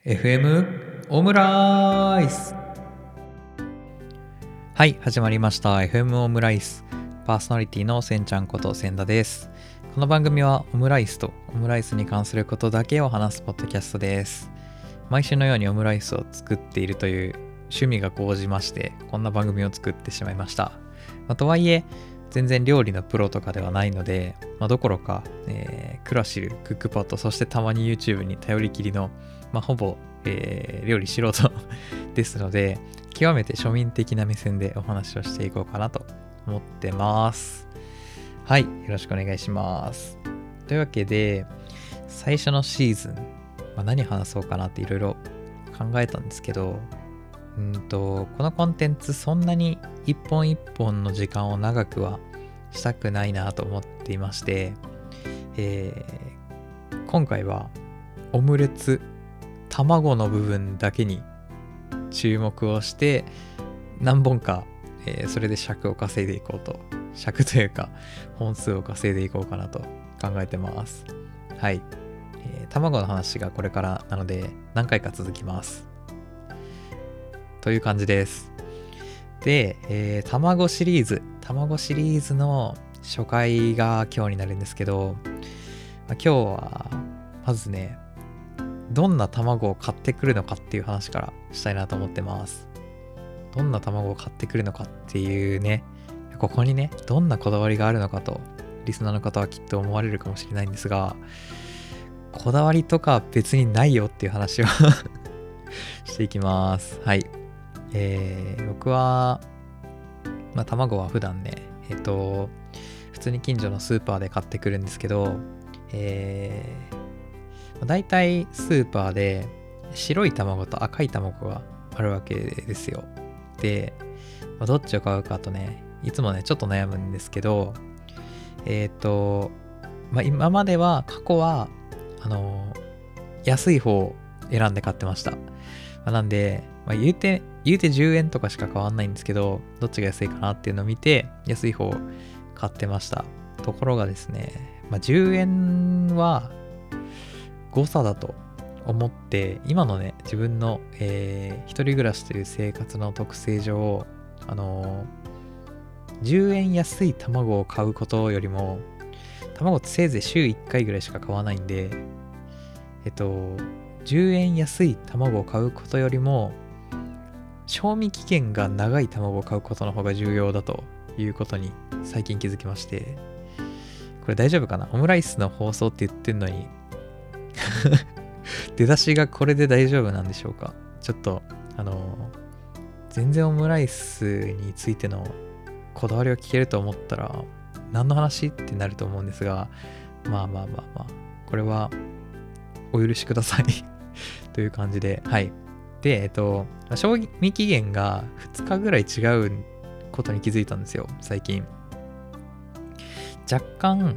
FM オムライス。はい、始まりました FM オムライス。パーソナリティのせんちゃんこと千田です。この番組はオムライスとオムライスに関することだけを話すポッドキャストです。毎週のようにオムライスを作っているという趣味が高じまして、こんな番組を作ってしまいました。とはいえ全然料理のプロとかではないので、どころか、クラシル、クックパッド、そしてたまに YouTube に頼りきりの、ほぼ、料理素人ですので、極めて庶民的な目線でお話をしていこうかなと思ってます。はい、よろしくお願いします。というわけで、最初のシーズン、何話そうかなっていろいろ考えたんですけど、このコンテンツそんなに一本一本の時間を長くはしたくないなと思っていまして、今回はオムレツ卵の部分だけに注目をして何本か、それで尺を稼いでいこうと、尺というか本数を稼いでいこうかなと考えてます。はい、卵の話がこれからなので何回か続きますという感じです。で、卵シリーズの初回が今日になるんですけど、今日はまずね、どんな卵を買ってくるのかっていう話からしたいなと思ってます。どんな卵を買ってくるのかっていうね、ここにね、どんなこだわりがあるのかとリスナーの方はきっと思われるかもしれないんですが、こだわりとか別にないよっていう話をしていきます。はい。僕は、卵は普段ね、普通に近所のスーパーで買ってくるんですけど、だいたいスーパーで白い卵と赤い卵があるわけですよ。で、どっちを買うかとね、いつもね、ちょっと悩むんですけど、今までは、過去は、安い方を選んで買ってました。なんで、言うて10円とかしか変わんないんですけど、どっちが安いかなっていうのを見て、安い方を買ってました。ところがですね、10円は誤差だと思って、今のね、自分の、一人暮らしという生活の特性上、10円安い卵を買うことよりも、卵ってせいぜい週1回ぐらいしか買わないんで、10円安い卵を買うことよりも、賞味期限が長い卵を買うことの方が重要だということに最近気づきまして、これ大丈夫かな？オムライスの放送って言ってんのに出だしがこれで大丈夫なんでしょうか？ちょっと全然オムライスについてのこだわりを聞けると思ったら何の話ってなると思うんですが、これはお許しくださいという感じで、はい。で、賞味期限が2日ぐらい違うことに気づいたんですよ、最近。若干、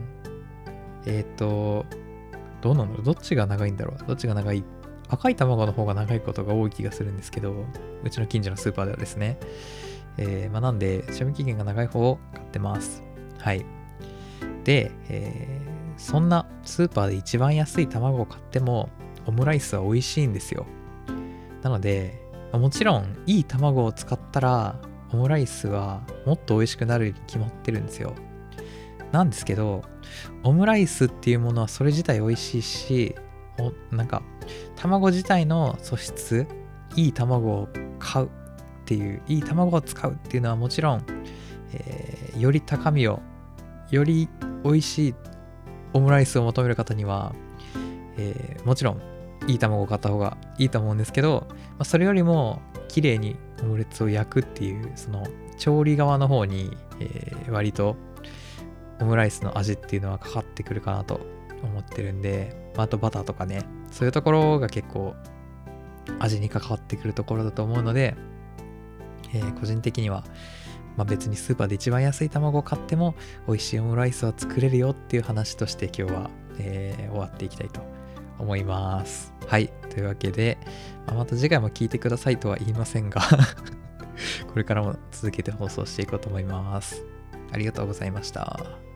どうなんだろう、どっちが長いんだろう、どっちが長い、赤い卵の方が長いことが多い気がするんですけど、うちの近所のスーパーではですね。なんで、賞味期限が長い方を買ってます。はい。で、そんなスーパーで一番安い卵を買っても、オムライスは美味しいんですよ。なので、もちろんいい卵を使ったらオムライスはもっと美味しくなるに決まってるんですよ。なんですけど、オムライスっていうものはそれ自体美味しいし、卵自体の素質、いい卵を買うっていう、いい卵を使うっていうのはもちろん、より高みを、より美味しいオムライスを求める方には、もちろんいい卵を買った方がいいと思うんですけど、それよりも綺麗にオムレツを焼くっていう、その調理側の方に、割とオムライスの味っていうのはかかってくるかなと思ってるんで、あとバターとかね、そういうところが結構味に関わってくるところだと思うので、個人的には、別にスーパーで一番安い卵を買っても美味しいオムライスは作れるよっていう話として今日は、終わっていきたいと思います。はい。というわけで、また次回も聞いてくださいとは言いませんがこれからも続けて放送していこうと思います。ありがとうございました。